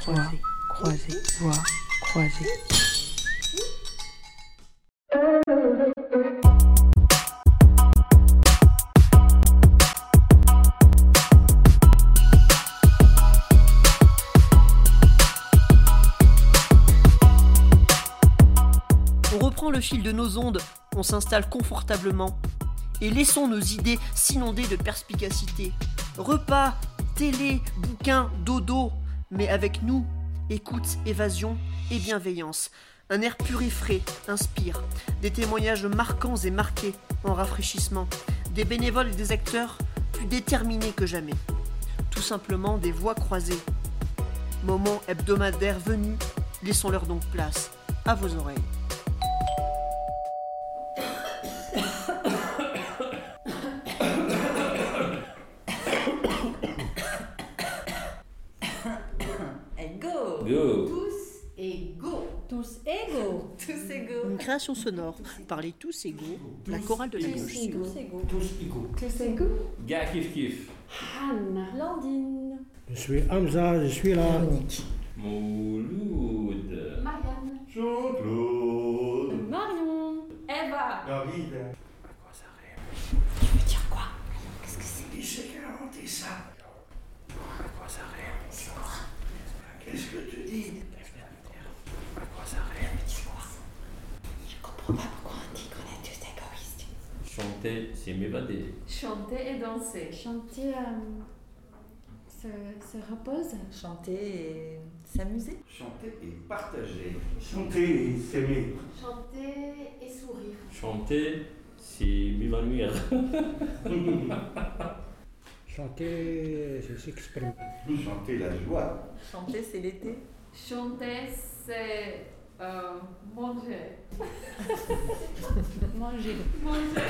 croisés, croisés, voix croisés. On reprend le fil de nos ondes, on s'installe confortablement et laissons nos idées s'inonder de perspicacité. Repas, télé, bouquins, dodo, mais avec nous, écoute, évasion et bienveillance. Un air pur et frais inspire, des témoignages marquants et marqués en rafraîchissement, des bénévoles et des acteurs plus déterminés que jamais. Tout simplement des voix croisées. Moment hebdomadaire venu, laissons-leur donc place à vos oreilles. Tous égaux. Tous égaux. Une création sonore par les Tous égaux, la chorale de la gauche. Tous égaux. Tous égaux. Gars kiff kiff. Anne. Landine. Je suis Hamza, je suis là. Mouloud. Marianne. Jean-Claude. Marion. Eva. David. À quoi ça rime? Tu veux dire quoi? Qu'est-ce que c'est? Qui c'est qui a inventé ça? À quoi ça rime? C'est quoi? Qu'est-ce que tu dis? À quoi ça rime? Je comprends pas pourquoi on dit qu'on est tous égoïstes. Chanter, c'est m'évader. Chanter et danser. Chanter, se repose. Chanter et s'amuser. Chanter et partager. Chanter et s'aimer. Chanter et sourire. Chanter, c'est m'évanouir. Chanter, c'est s'exprimer. Chanter la joie. Chanter, c'est l'été. Chanter, c'est manger. Manger. Manger.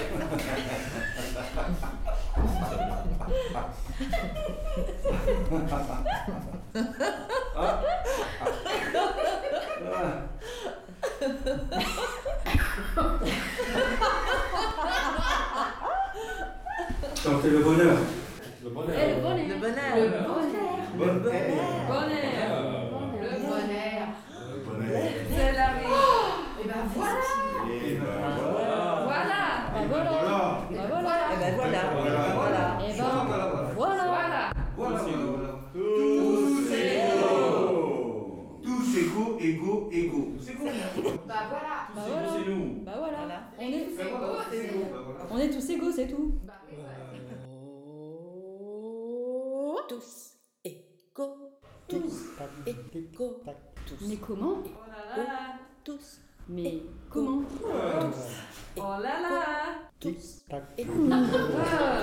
Chanter le bonheur. Le Et bonheur. le bonheur. Le bonheur. Le bonheur. Bonheur. Bonheur. Le bonheur. Le bonheur. C'est la vie. Et ben voilà. Et ben voilà. Voilà. Bah voilà. Voilà. Bah voilà. Et ben voilà. Voilà. Et ben voilà. Voilà. Voilà. Tous égaux. Tous égaux, égaux, égaux. Tous égaux. Bah voilà. Bah voilà. C'est nous. Bah voilà. Voilà. On est, tous égaux, c'est nous. on est tous égaux, c'est tout. Bah oui, voilà. Tous égaux. Tous égaux. Mais comment? Oh là là. Tous. Mais comment? Oh là là. Tous. Ah.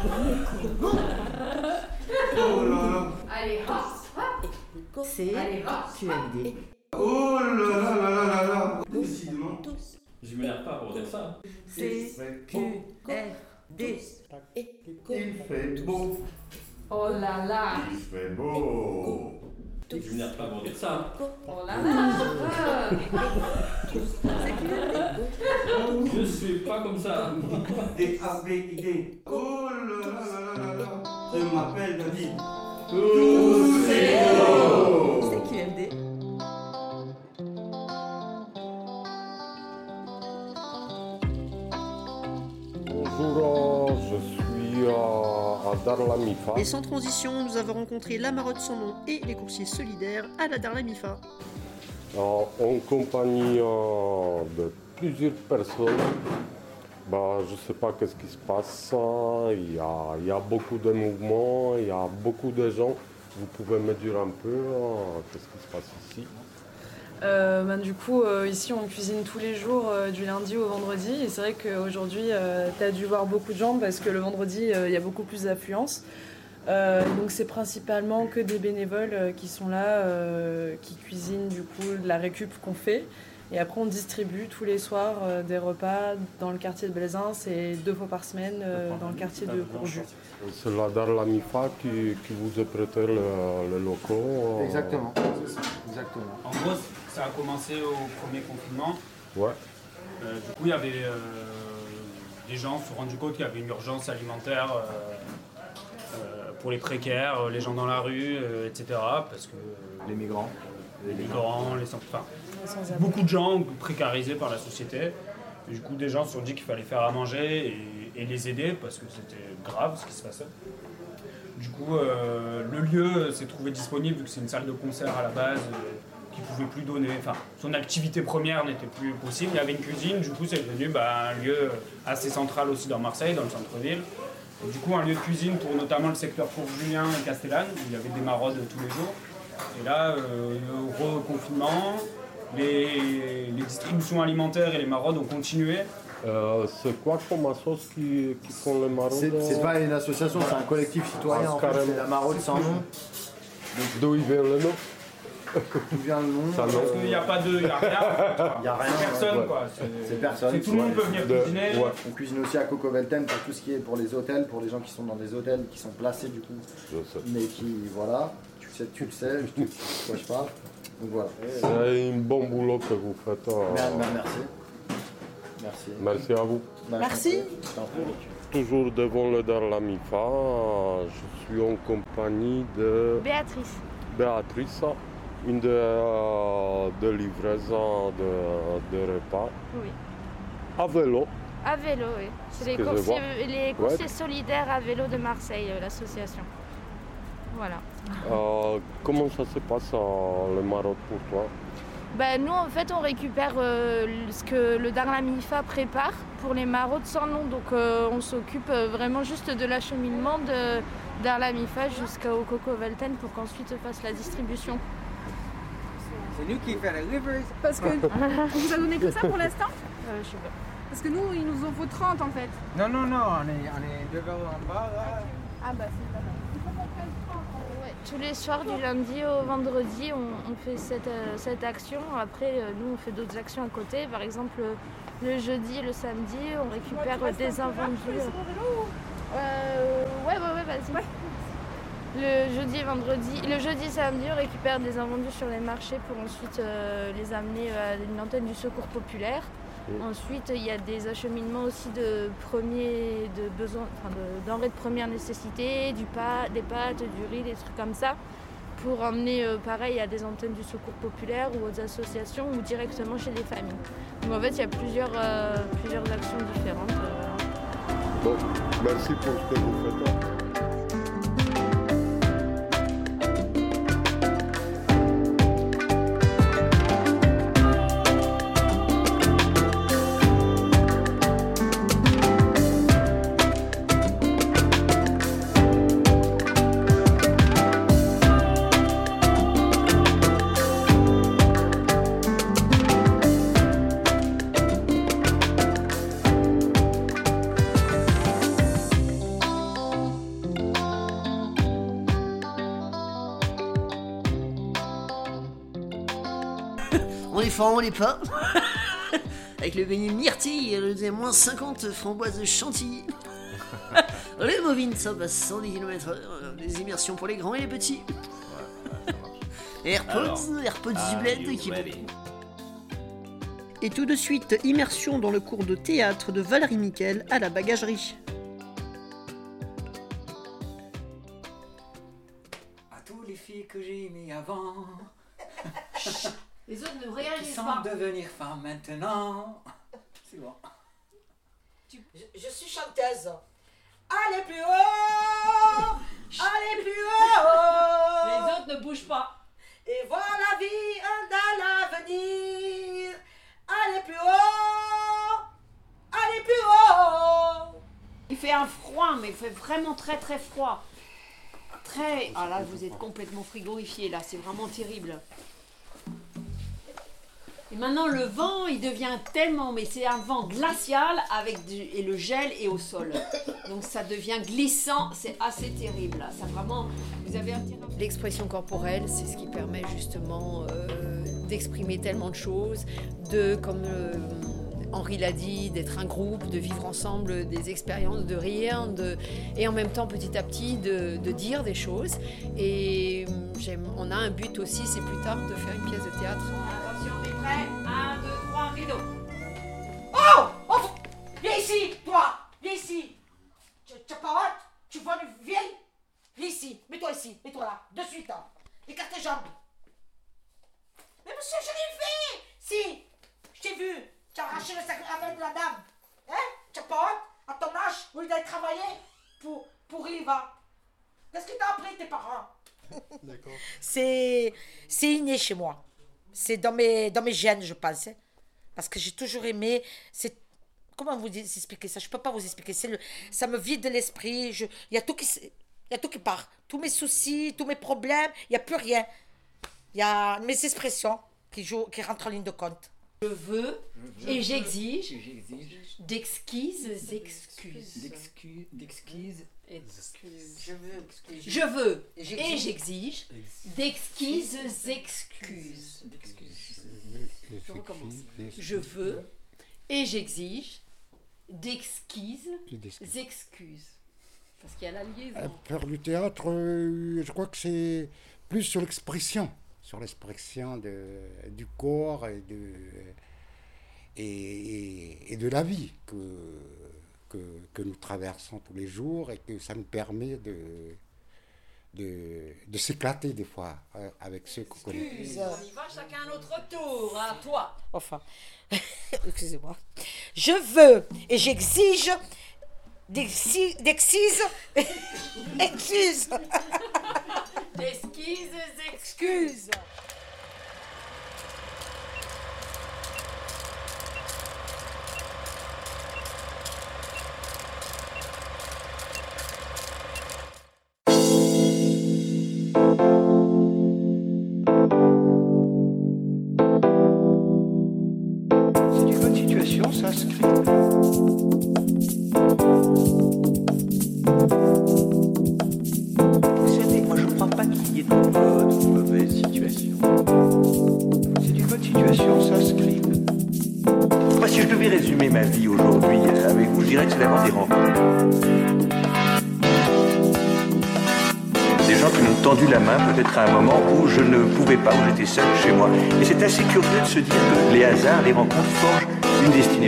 Oh là là. Allez, hop. Égaux. C'est Allez, hop. QMD. Oh là là là là là là. Décidément. Tous. Je m'énerve pas pour dire ça. C'est QMD. Il fait beau. Oh là là. Il fait beau. Je m'énerve pas pour dire ça. Oh là là. Je suis pas comme ça. D-A-V-I-D. Oh là là là là là. Je m'appelle David. Tous égaux. C'est QMD. Bonjour, je suis à Darlamifa. Et sans transition, nous avons rencontré la Marotte sans nom et les coursiers solidaires à la Darlamifa. En compagnie de plusieurs personnes. Je ne sais pas qu'est-ce qui se passe. Il y a beaucoup de mouvements, il y a beaucoup de gens. Vous pouvez me dire un peu qu'est-ce qui se passe ici? Du coup, ici, on cuisine tous les jours du lundi au vendredi. Et c'est vrai qu'aujourd'hui, tu as dû voir beaucoup de gens parce que le vendredi, il y a beaucoup plus d'affluence. Donc c'est principalement que des bénévoles qui sont là, qui cuisinent du coup de la récup qu'on fait. Et après, on distribue tous les soirs des repas dans le quartier de Blaisins et 2 fois par semaine dans le quartier de Courjus. C'est la Darlamifa qui vous a prêté le locaux. Exactement. Exactement. En gros, ça a commencé au premier confinement. Ouais. Du coup, il y avait les gens se sont rendus compte qu'il y avait une urgence alimentaire pour les précaires, les gens dans la rue, etc. Parce que les migrants, beaucoup de gens précarisés par la société. Et du coup, des gens se sont dit qu'il fallait faire à manger et les aider parce que c'était grave ce qui se passait. Du coup, le lieu s'est trouvé disponible vu que c'est une salle de concert à la base qui ne pouvait plus donner. Enfin, son activité première n'était plus possible. Il y avait une cuisine, du coup, c'est devenu un lieu assez central aussi dans Marseille, dans le centre-ville. Et du coup, un lieu de cuisine pour notamment le secteur Fourche-Julien et Castellane, où il y avait des maraudes tous les jours. Et là, reconfinement, les distributions alimentaires et les maraudes ont continué. C'est quoi comme association qui font les maraudes? C'est pas une association, c'est un collectif citoyen. En fait, c'est la maraude sans nom. D'où il vient le nom? D'où vient le nom? Parce qu'il n'y a pas de. Il n'y a rien. Il n'y a rien. C'est personne, ouais. quoi. C'est personne. Tout le monde peut venir cuisiner. Ouais. On cuisine aussi à Coco Velten pour tout ce qui est pour les hôtels, pour les gens qui sont dans des hôtels, qui sont placés du coup. Mais qui, voilà, tu le sais, je sais pas. Donc voilà. C'est un bon boulot que vous faites. Merci. Merci. Merci à vous. Merci. Toujours devant le Dar la Mifa, je suis en compagnie de Béatrice, une de livraison de repas. Oui. À vélo. À vélo, oui. C'est les coursiers solidaires à vélo de Marseille, l'association. Voilà. Comment ça se passe le Maroc pour toi? Nous, en fait, on récupère ce que le Dar la Mifa prépare pour les maraudes sans nom. Donc, on s'occupe vraiment juste de l'acheminement de Dar la Mifa jusqu'au Coco Velten pour qu'ensuite se fasse la distribution. C'est nous qui faisons les livres. Parce que on vous a donné que ça pour l'instant? Je sais pas. Parce que nous, il nous en faut 30 en fait. Non, on est deux vélos en bas là. Ah bah c'est pas mal. Il faut qu'on prenne 30. Ouais, tous les soirs du lundi au vendredi, on fait cette action. Après, nous, on fait d'autres actions à côté. Par exemple, le jeudi et le samedi, on récupère des invendus. Ouais, vas-y. Ouais. Le jeudi et samedi, on récupère des invendus sur les marchés pour ensuite les amener à une antenne du Secours populaire. Ensuite, il y a des acheminements aussi de denrées de première nécessité, des pâtes, du riz, des trucs comme ça, pour emmener pareil à des antennes du Secours populaire ou aux associations ou directement chez des familles. Donc en fait, il y a plusieurs actions différentes. Bon, merci pour ce que vous faites. On est fort, on l'est pas. Avec le beignet myrtille et le moins 50 framboises de chantilly. Les bovines, ça passe 110 km/h. Des immersions pour les grands et les petits. AirPods du bled qui vont. Et tout de suite, immersion dans le cours de théâtre de Valérie Miquel à la bagagerie. À tous les filles que j'ai aimées avant. Les autres ne réalisent Sans pas. devenir femme maintenant. C'est bon. Je suis chanteuse. Allez plus haut. Allez plus haut. Les autres ne bougent pas. Et voir la vie dans l'avenir. Allez plus haut. Allez plus haut. Il fait un froid, mais il fait vraiment très très froid. Ah là, vous êtes complètement frigorifié là, c'est vraiment terrible. Et maintenant le vent, il devient tellement, mais c'est un vent glacial et le gel est au sol. Donc ça devient glissant, c'est assez terrible là. Ça vraiment, vous avez un terrain. L'expression corporelle, c'est ce qui permet justement d'exprimer tellement de choses, comme Henri l'a dit, d'être un groupe, de vivre ensemble des expériences, de rire, et en même temps petit à petit de dire des choses. Et on a un but aussi, c'est plus tard de faire une pièce de théâtre. Attention, on est prêt. 1, 2, 3, rideau. Oh, viens ici, toi. Viens ici. Tu as pas honte? Tu vois une vieille ici, mets-toi là, de suite. Hein. Écarte tes jambes. Mais monsieur, je l'ai fait. Si, je t'ai vu. Tu as arraché le sacrament de la dame. Hein? Tu n'as pas honte? À ton âge, au lieu d'aller travailler pour Riva. Qu'est-ce que t'as appris tes parents? D'accord. C'est inné chez moi. C'est dans mes gènes, je pense. Hein. Parce que j'ai toujours aimé. Comment vous expliquer ça? Je peux pas vous expliquer. Ça me vide l'esprit. Il y a tout qui part. Tous mes soucis, tous mes problèmes, il n'y a plus rien. Il y a mes expressions qui rentrent en ligne de compte. Je veux et j'exige d'exquises excuses. Je veux et j'exige d'exquises excuses. Je recommence. Je veux et j'exige d'exquises excuses. Parce qu'il y a la liaison. Faire du théâtre, je crois que c'est plus sur l'expression du corps et de la vie que nous traversons tous les jours et que ça nous permet de s'éclater des fois avec ceux qu'on connaît. On y va chacun à notre tour, à toi. Enfin, excusez-moi. Je veux et j'exige d'exquises excuses. C'est une bonne situation, ça, script. Vous savez, moi je crois pas qu'il y ait de bonne ou de mauvaise situation. C'est une bonne situation, ça, script. Moi, si je devais résumer ma vie aujourd'hui avec vous, je dirais que c'est d'avoir des rencontres. Des gens qui m'ont tendu la main peut-être à un moment où je ne pouvais pas, où j'étais seul chez moi. Et c'est assez curieux de se dire que les hasards, les rencontres forgent une destinée.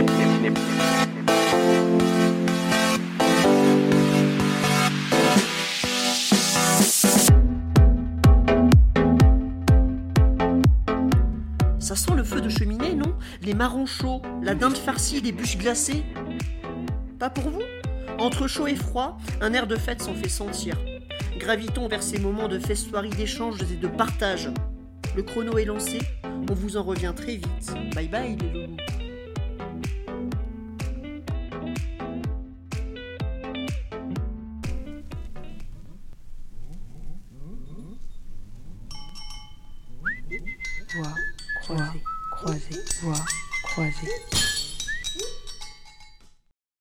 Ça sent le feu de cheminée, non? Les marrons chauds, la dinde farcie, les bûches glacées. Pas pour vous? Entre chaud et froid, un air de fête s'en fait sentir. Gravitons vers ces moments de festoirie, d'échange et de partage. Le chrono est lancé, on vous en revient très vite. Bye bye les loulous. Voix croisée, voix croisée.